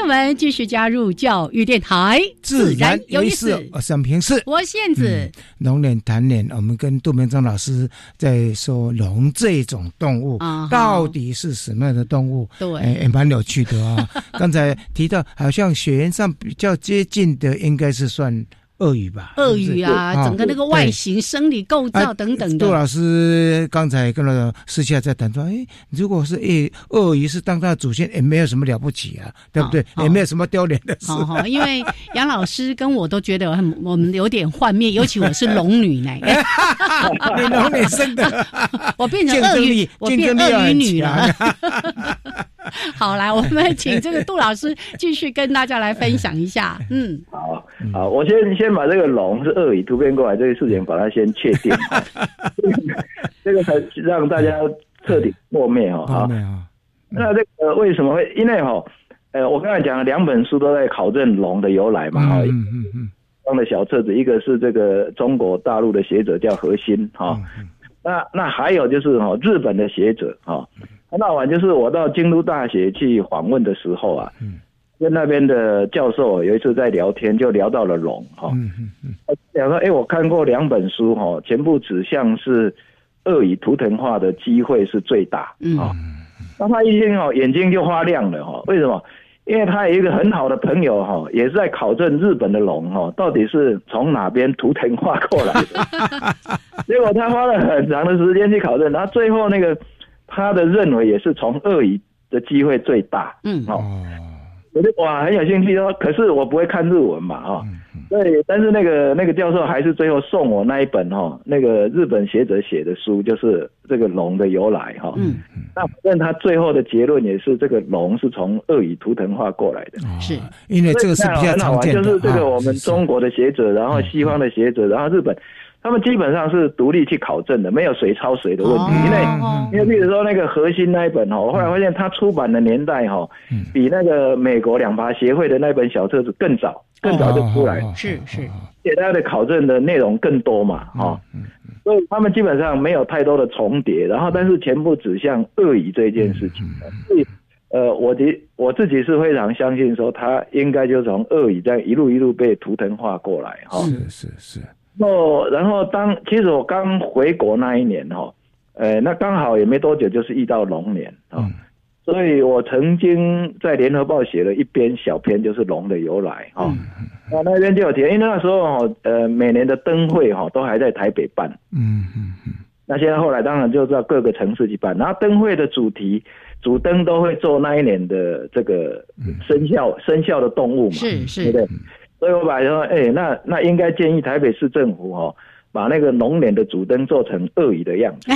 们继续加入教育电台， 自然有意思。我是平视， 我是燕子。 龙年谈年，我们跟杜明章老师在说龙这种动物、啊、到底是什么样的动物？ 对， 也、欸、蛮有趣的啊。刚才提到，好像血缘上比较接近的，应该是算鳄鱼吧？ 鳄鱼啊，是是整个那个外形、生理构造等等的。 杜老师刚才跟了私下在谈说，哎，如果是诶鳄鱼是当他的祖先，也没有什么了不起啊，对不对？哦、也没有什么丢脸的事。 哦、因为杨老师跟我都觉得很我们有点幻灭，尤其我是龙女呢。 你龙女生的， 我变成鳄鱼，我变鳄鱼女了。好，来，我们请这个杜老师继续跟大家来分享一下。嗯， 好，好，我先先把这个龙是鳄鱼突变过来这个事情，把它先确定，这个才让大家彻底破灭哦。好，那这个为什么会？因为哈，呃，我刚才讲了两本书都在考证龙的由来嘛。哈、嗯，嗯嗯嗯，这样的小册子，一个是这个中国大陆的学者叫何新哈，嗯、那那还有就是哈日本的学者哈。很好玩，就是我到京都大学去访问的时候啊，嗯、跟那边的教授有一次在聊天，就聊到了龙哈，嗯嗯嗯，聊说，哎，我看过两本书哈，全部指向是鳄鱼图腾化的机会是最大，嗯，那他一听哦，眼睛就发亮了哈，为什么？因为他有一个很好的朋友哈，也是在考证日本的龙哈，到底是从哪边图腾化过来的，结果他花了很长的时间去考证，然后最后那个。他的认为也是从鳄鱼的机会最大，嗯，哦，我就哇很有兴趣说，可是我不会看日文嘛，哈、哦，对，但是那个那个教授还是最后送我那一本哈、哦，那个日本学者写的书，就是这个龙的由来哈，嗯，那反正他最后的结论也是这个龙是从鳄鱼图腾化过来的， 是因为这个是比较常见的， 就是这个我们中国的学者，然后西方的学者，然后日本。他们基本上是独立去考证的，没有谁抄谁的问题。哦、因为，因为比如说那个核心那一本哈，我后来发现他出版的年代哈，嗯、比那个美国两爬协会的那本小册子更早，更早就出来。 哦、是是， 而且他的考证的内容更多嘛，哈、嗯。嗯、所以他们基本上没有太多的重叠，然后但是全部指向鳄鱼这件事情。嗯、所以，呃，我的我自己是非常相信说，他应该就从鳄鱼这样一路一路被图腾化过来哈。 是是是。 哦，然后当其实我刚回国那一年哈，呃，那刚好也没多久就是遇到龙年啊，嗯、所以我曾经在联合报写了一篇小篇，就是龙的由来哈。那、嗯、那边就有提，因为那时候呃每年的灯会哈都还在台北办，嗯嗯嗯。那现在后来当然就到各个城市去办，然后灯会的主题主灯都会做那一年的这个生肖、嗯、生肖的动物嘛， 是是， 对不对？所以我把说，哎、欸，那那应该建议台北市政府哦，把那个龙年的主灯做成鳄鱼的样子。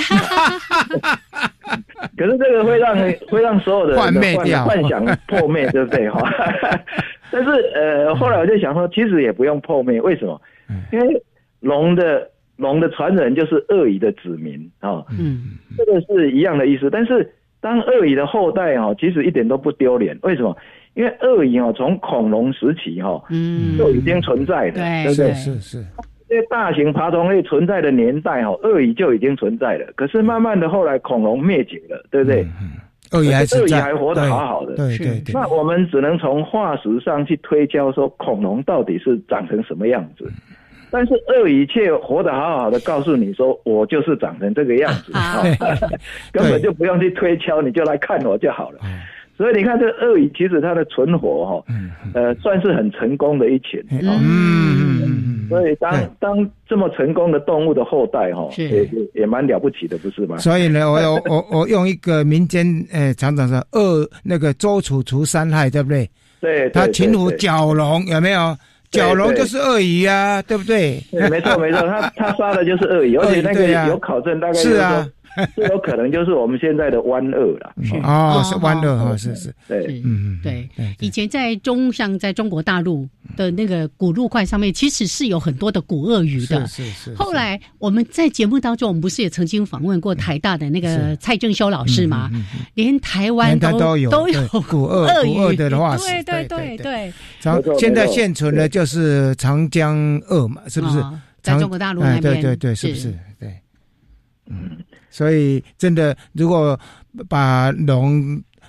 可是这个会让会让所有的人的幻想破灭，对不对哈？但是呃，后来我就想说，其实也不用破灭，为什么？因为龙的龙的传人就是鳄鱼的子民啊，嗯，这个是一样的意思。但是当鳄鱼的后代哦，其实一点都不丢脸，为什么？因为鳄鱼哦，从恐龙时期哈、哦，嗯，就已经存在的， 对对不对？ 是是。 因为大型爬虫类存在的年代哦，鳄鱼就已经存在了。可是慢慢的后来恐龙灭绝了，对不对？ 嗯，鳄鱼还鳄鱼还活得好好的， 对对对。 那我们只能从化石上去推敲说恐龙到底是长成什么样子。但是鳄鱼却活得好好的，告诉你说我就是长成这个样子，啊哦、根本就不用去推敲，你就来看我就好了。所以你看，这个鳄鱼其实它的存活哈、哦，呃，算是很成功的一群。哦、嗯，所以当当这么成功的动物的后代哈、哦，也也蛮了不起的，不是吗？ 所以呢，我我我用一个民间呃常常说鳄那个周楚除三害，对不对？ 对， 他擒虎蛟龙有没有？蛟龙就是鳄鱼啊，对不对？ 对，没错没错，他他杀的就是鳄鱼，而且那个有考证，大概是啊。 这有可能就是我们现在的湾鳄了。 哦，是湾鳄哈，是是， 对， 嗯对。以前在中像在中国大陆的那个古陆块上面，其实是有很多的古鳄鱼的。 是是是。 后来我们在节目当中，我们不是也曾经访问过台大的那个蔡正修老师吗？连台湾都都有都有古鳄古鳄的化石。 对对对对。 长现在现存的就是长江鳄嘛，是不是？ 在中国大陆那边， 对对对，是不是？对，嗯。所以真的，如果把龙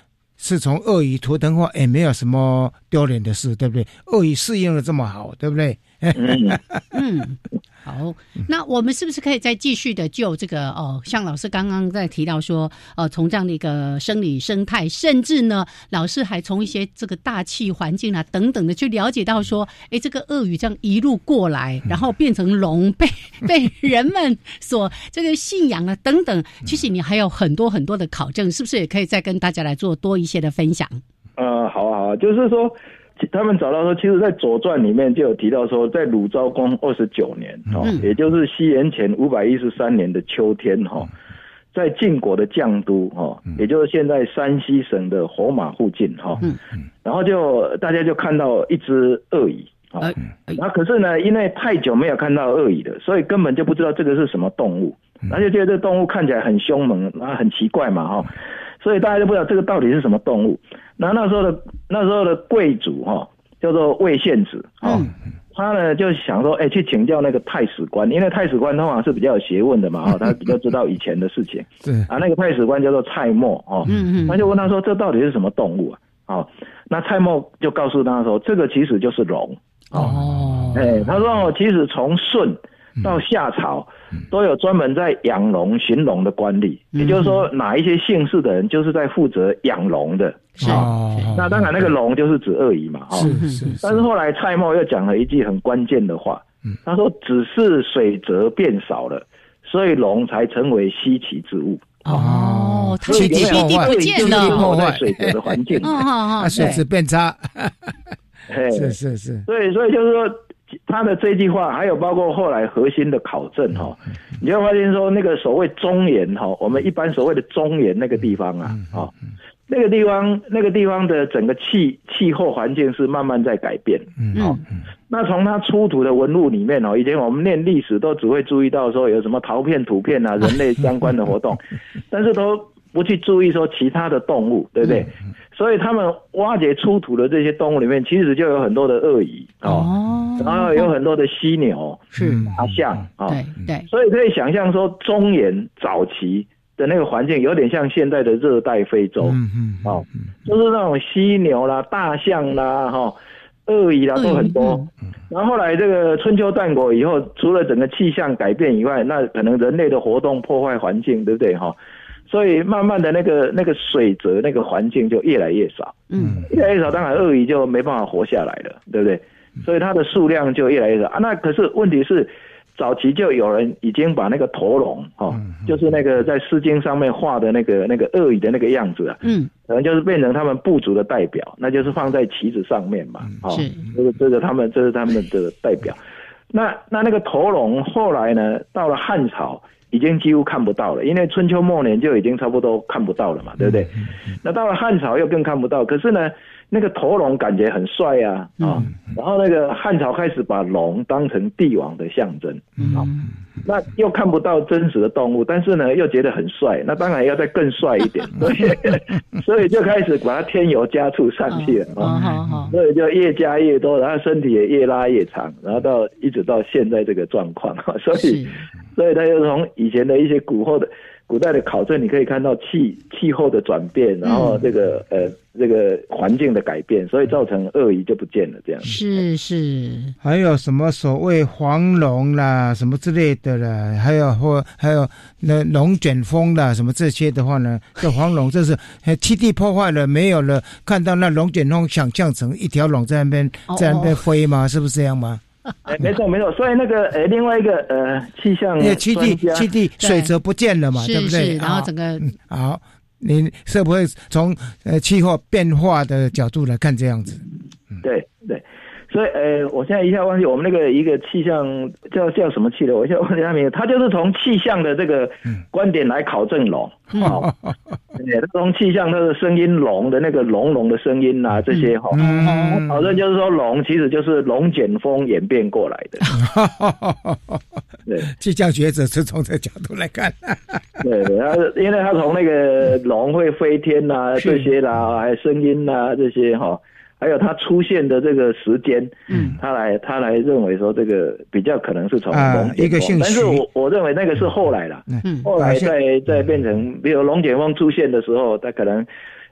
是从鳄鱼图腾化，也没有什么丢脸的事，对不对？鳄鱼适应的这么好，对不对？ 嗯嗯，好，那我们是不是可以再继续的就这个哦，像老师刚刚在提到说，呃，从这样的一个生理生态，甚至呢，老师还从一些这个大气环境啊等等的去了解到说，哎，这个鳄鱼这样一路过来，然后变成龙，被被人们所这个信仰啊等等，其实你还有很多很多的考证，是不是也可以再跟大家来做多一些的分享？ 呃，好啊好啊，就是说。他们找到说，其实在《左传》里面就有提到说，在鲁昭公二十九年哦、嗯，也就是西元前五百一十三年的秋天哈、哦，在晋国的绛都哈、哦，也就是现在山西省的侯马附近哈、哦，嗯嗯，然后就大家就看到一只鳄鱼啊，那、嗯嗯、可是呢，因为太久没有看到鳄鱼了，所以根本就不知道这个是什么动物，然后就觉得这动物看起来很凶猛，然后很奇怪嘛哈、哦，所以大家就不知道这个到底是什么动物。那那时候的那时候的贵族哈、哦，叫做魏献子哦、嗯，他呢就想说，哎、欸，去请教那个太史官，因为太史官通常是比较有学问的嘛，哦，他比较知道以前的事情。是啊，那个太史官叫做蔡瑁哦，嗯嗯，他就问他说，这到底是什么动物啊？哦，那蔡瑁就告诉他说，这个其实就是龙哦，哎、欸，他说哦，其实从舜到夏朝。都有专门在养龙、驯龙的官吏，也就是说，哪一些姓氏的人就是在负责养龙的。是、哦，那当然那个龙就是指鳄鱼嘛。是是是。但是后来蔡瑁又讲了一句很关键的话，他说：“只是水泽变少了，所以龙才成为稀奇之物。” 哦，它基地不见了， 破坏水泽的环境， 啊，水质变差。是是是。 对，所以就是说。他的这句话，还有包括后来核心的考证哈，你就会发现说，那个所谓中原哈，我们一般所谓的中原那个地方啊，啊，那个地方那个地方的整个气气候环境是慢慢在改变，嗯，好，那从它出土的文物里面哦，以前我们念历史都只会注意到说有什么陶片、图片啊，人类相关的活动，但是都不去注意说其他的动物，对不对？所以他们挖掘出土的这些动物里面，其实就有很多的鳄鱼哦，然后有很多的犀牛、是大象啊，对对，所以可以想象说，中原早期的那个环境有点像现在的热带非洲，嗯嗯，哦，就是那种犀牛啦、大象啦、哈、哦、鳄鱼啦都很多。然后后来这个春秋战国以后，除了整个气象改变以外，那可能人类的活动破坏环境，对不对哈？所以慢慢的那个那个水泽那个环境就越来越少，嗯，越来越少，当然鳄鱼就没办法活下来了，对不对？所以它的数量就越来越少啊。那可是问题是，早期就有人已经把那个驼龙哦、嗯，就是那个在《诗经》上面画的那个那个鳄鱼的那个样子啊，嗯，可能就是变成他们部族的代表，那就是放在旗子上面嘛，哦，是，这个这个他们这是他们的代表。那那那个驼龙后来呢，到了汉朝。已经几乎看不到了，因为春秋末年就已经差不多看不到了嘛，对不对？嗯嗯、那到了汉朝又更看不到。可是呢，那个驼龙感觉很帅啊，啊、哦嗯，然后那个汉朝开始把龙当成帝王的象征，嗯、哦，那又看不到真实的动物，但是呢又觉得很帅，那当然要再更帅一点，所以所以就开始把它添油加醋上去了，哦哦，所以就越加越多，然后身体也越拉越长，然后到一直到现在这个状况，所以。所以它又从以前的一些古后的古代的考证，你可以看到气气候的转变，然后这个、嗯、呃这个环境的改变，所以造成鳄鱼就不见了这样。 是是。 还有什么所谓黄龙啦，什么之类的啦，还有或还有那龙卷风啦，什么这些的话呢，这黄龙这是气地破坏了，没有了，看到那龙卷风想象成一条龙在那边在那边飞吗？是不是这样吗？ 哎，没错没错，所以那个呃，另外一个呃，气象气地气地水泽不见了嘛，对不对？ 然后整个、 嗯、好，你是不会从呃气候变化的角度来看这样子？ 嗯、对对，所以呃，我现在一下忘记我们那个一个气象叫叫什么气的，我一下忘记他名字，他就是从气象的这个观点来考证龙，好、嗯。对，从气象它的声音龙的那个龙龙的声音啊，这些哈，嗯，讨论就是说龙其实就是龙卷风演变过来的。 对，气象学者是从这个角度来看。 对对，他因为他从那个龙会飞天啊这些啦，还有声音啊这些哈。还有它出现的这个时间，嗯，他来他来认为说这个比较可能是从龙卷风，一个信息，但是我我认为那个是后来啦，嗯，后来再再变成，比如龙卷风出现的时候，它可能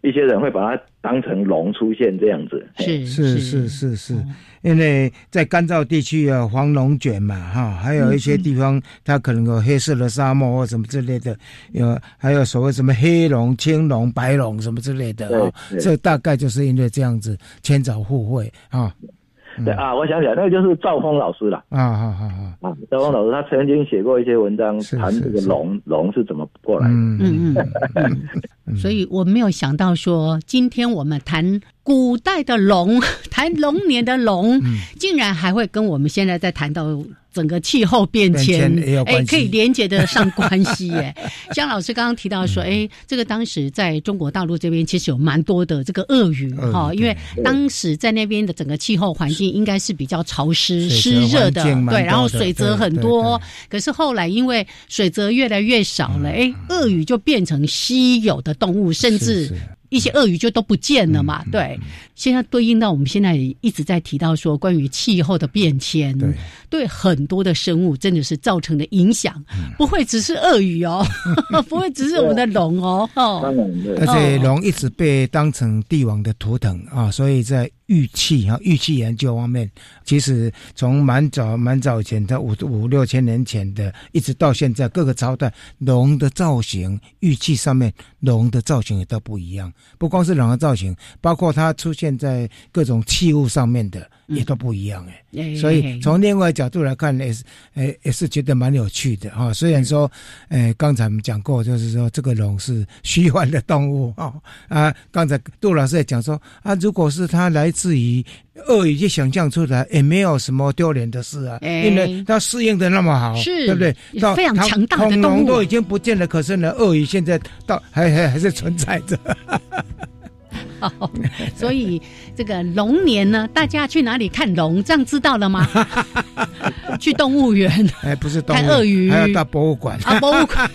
一些人会把它当成龙出现这样子。 是是是是是，因为在干燥地区有黄龙卷嘛哈，还有一些地方它可能有黑色的沙漠或什么之类的，有还有所谓什么黑龙、青龙、白龙什么之类的啊，这大概就是因为这样子千找互惠啊。 对啊，我想起来，那个就是兆丰老师了。 啊啊啊啊！ 啊，兆丰老师他曾经写过一些文章，谈这个龙龙是怎么过来的。嗯嗯嗯嗯。所以我没有想到说，今天我们谈古代的龙，谈龙年的龙，嗯、竟然还会跟我们现在在谈到整个气候变迁，哎，可以连接得上关系耶。像老师刚刚提到说，哎，这个当时在中国大陆这边其实有蛮多的这个鳄鱼哈、哦，因为当时在那边的整个气候环境应该是比较潮湿、湿热的，对，然后水泽很多。可是后来因为水泽越来越少了，哎、嗯，鳄鱼就变成稀有的动物，甚至一些鳄鱼就都不见了嘛。对，现在对应到我们现在一直在提到说关于气候的变迁，对，对很多的生物真的是造成的影响，不会只是鳄鱼哦，不会只是我们的龙哦。哦， 而且龙一直被当成帝王的图腾啊，所以在玉器哈玉器研究方面，其实从蛮早蛮早以前的五五六千年前的，一直到现在各个朝代龙的造型，玉器上面龙的造型也都不一样。不光是龙的造型，包括它出现在各种器物上面的也都不一样哎、嗯。所以从另外角度来看，也是诶也是觉得蛮有趣的哈。虽然说，诶刚才我们讲过，就是说这个龙是虚幻的动物啊啊，刚才杜老师也讲说啊，如果是它来自于鳄鱼，去想象出来也没有什么丢脸的事啊，因为它适应的那么好， 是， 对不对？ 到非常强大的动物， 恐龙都已经不见了，可是呢，鳄鱼现在到还还还是存在着。 哦，所以这个龙年呢，大家去哪里看龙？这样知道了吗？去动物园？ 哎，不是动物园， 看鳄鱼， 还要到博物馆啊，博物馆。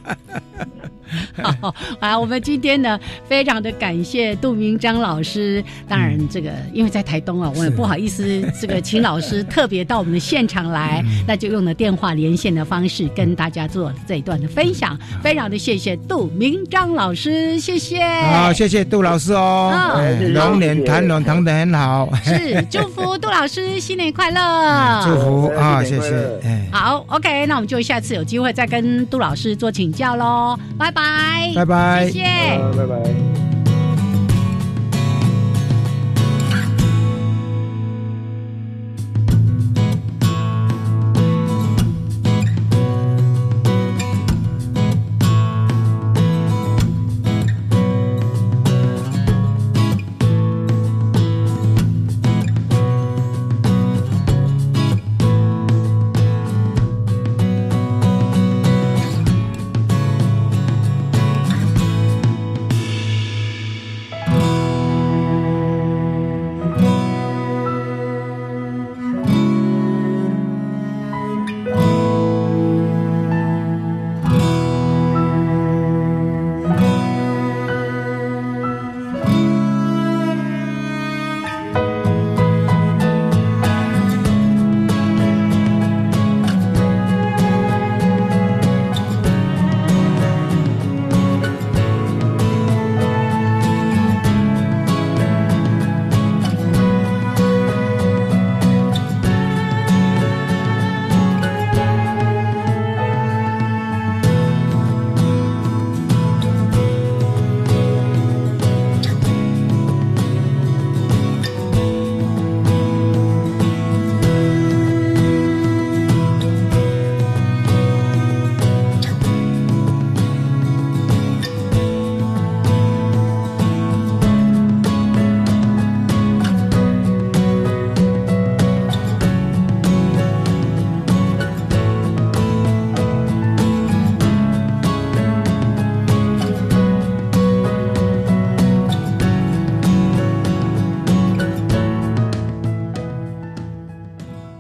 好，啊，我们今天呢，非常的感谢杜明章老师。当然，这个因为在台东啊，我也不好意思，这个请老师特别到我们的现场来，那就用了电话连线的方式跟大家做这一段的分享。非常的谢谢杜明章老师，谢谢。 好，谢谢杜老师哦。龙年谈龙谈得很好， 是祝福杜老师新年快乐， 祝福啊，谢谢。 好 ，OK， 那我们就下次有机会再跟杜老师做请教喽，拜拜。 拜拜， 谢谢， 拜拜。